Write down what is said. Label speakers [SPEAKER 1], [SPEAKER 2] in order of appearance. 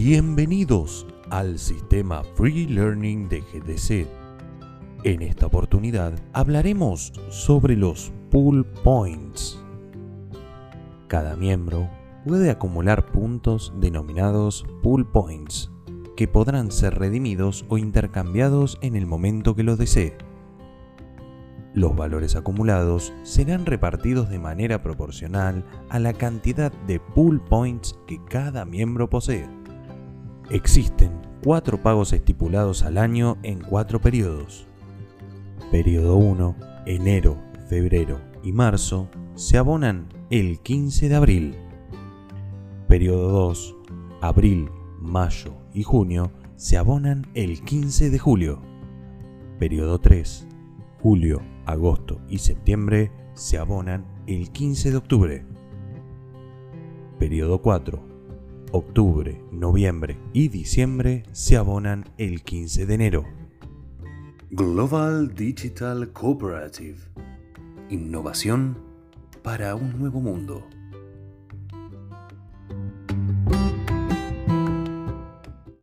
[SPEAKER 1] Bienvenidos al sistema Free Learning de GTC. En esta oportunidad hablaremos sobre los Pool Points. Cada miembro puede acumular puntos denominados Pool Points, que podrán ser redimidos o intercambiados en el momento que lo desee. Los valores acumulados serán repartidos de manera proporcional a la cantidad de Pool Points que cada miembro posee. Existen 4 pagos estipulados al año en 4 periodos. Periodo 1, enero, febrero y marzo, se abonan el 15 de abril. Periodo 2, abril, mayo y junio, se abonan el 15 de julio. Periodo 3, julio, agosto y septiembre, se abonan el 15 de octubre. Periodo 4, octubre, noviembre y diciembre, se abonan el 15 de enero.
[SPEAKER 2] Global Digital Cooperative. Innovación para un nuevo mundo.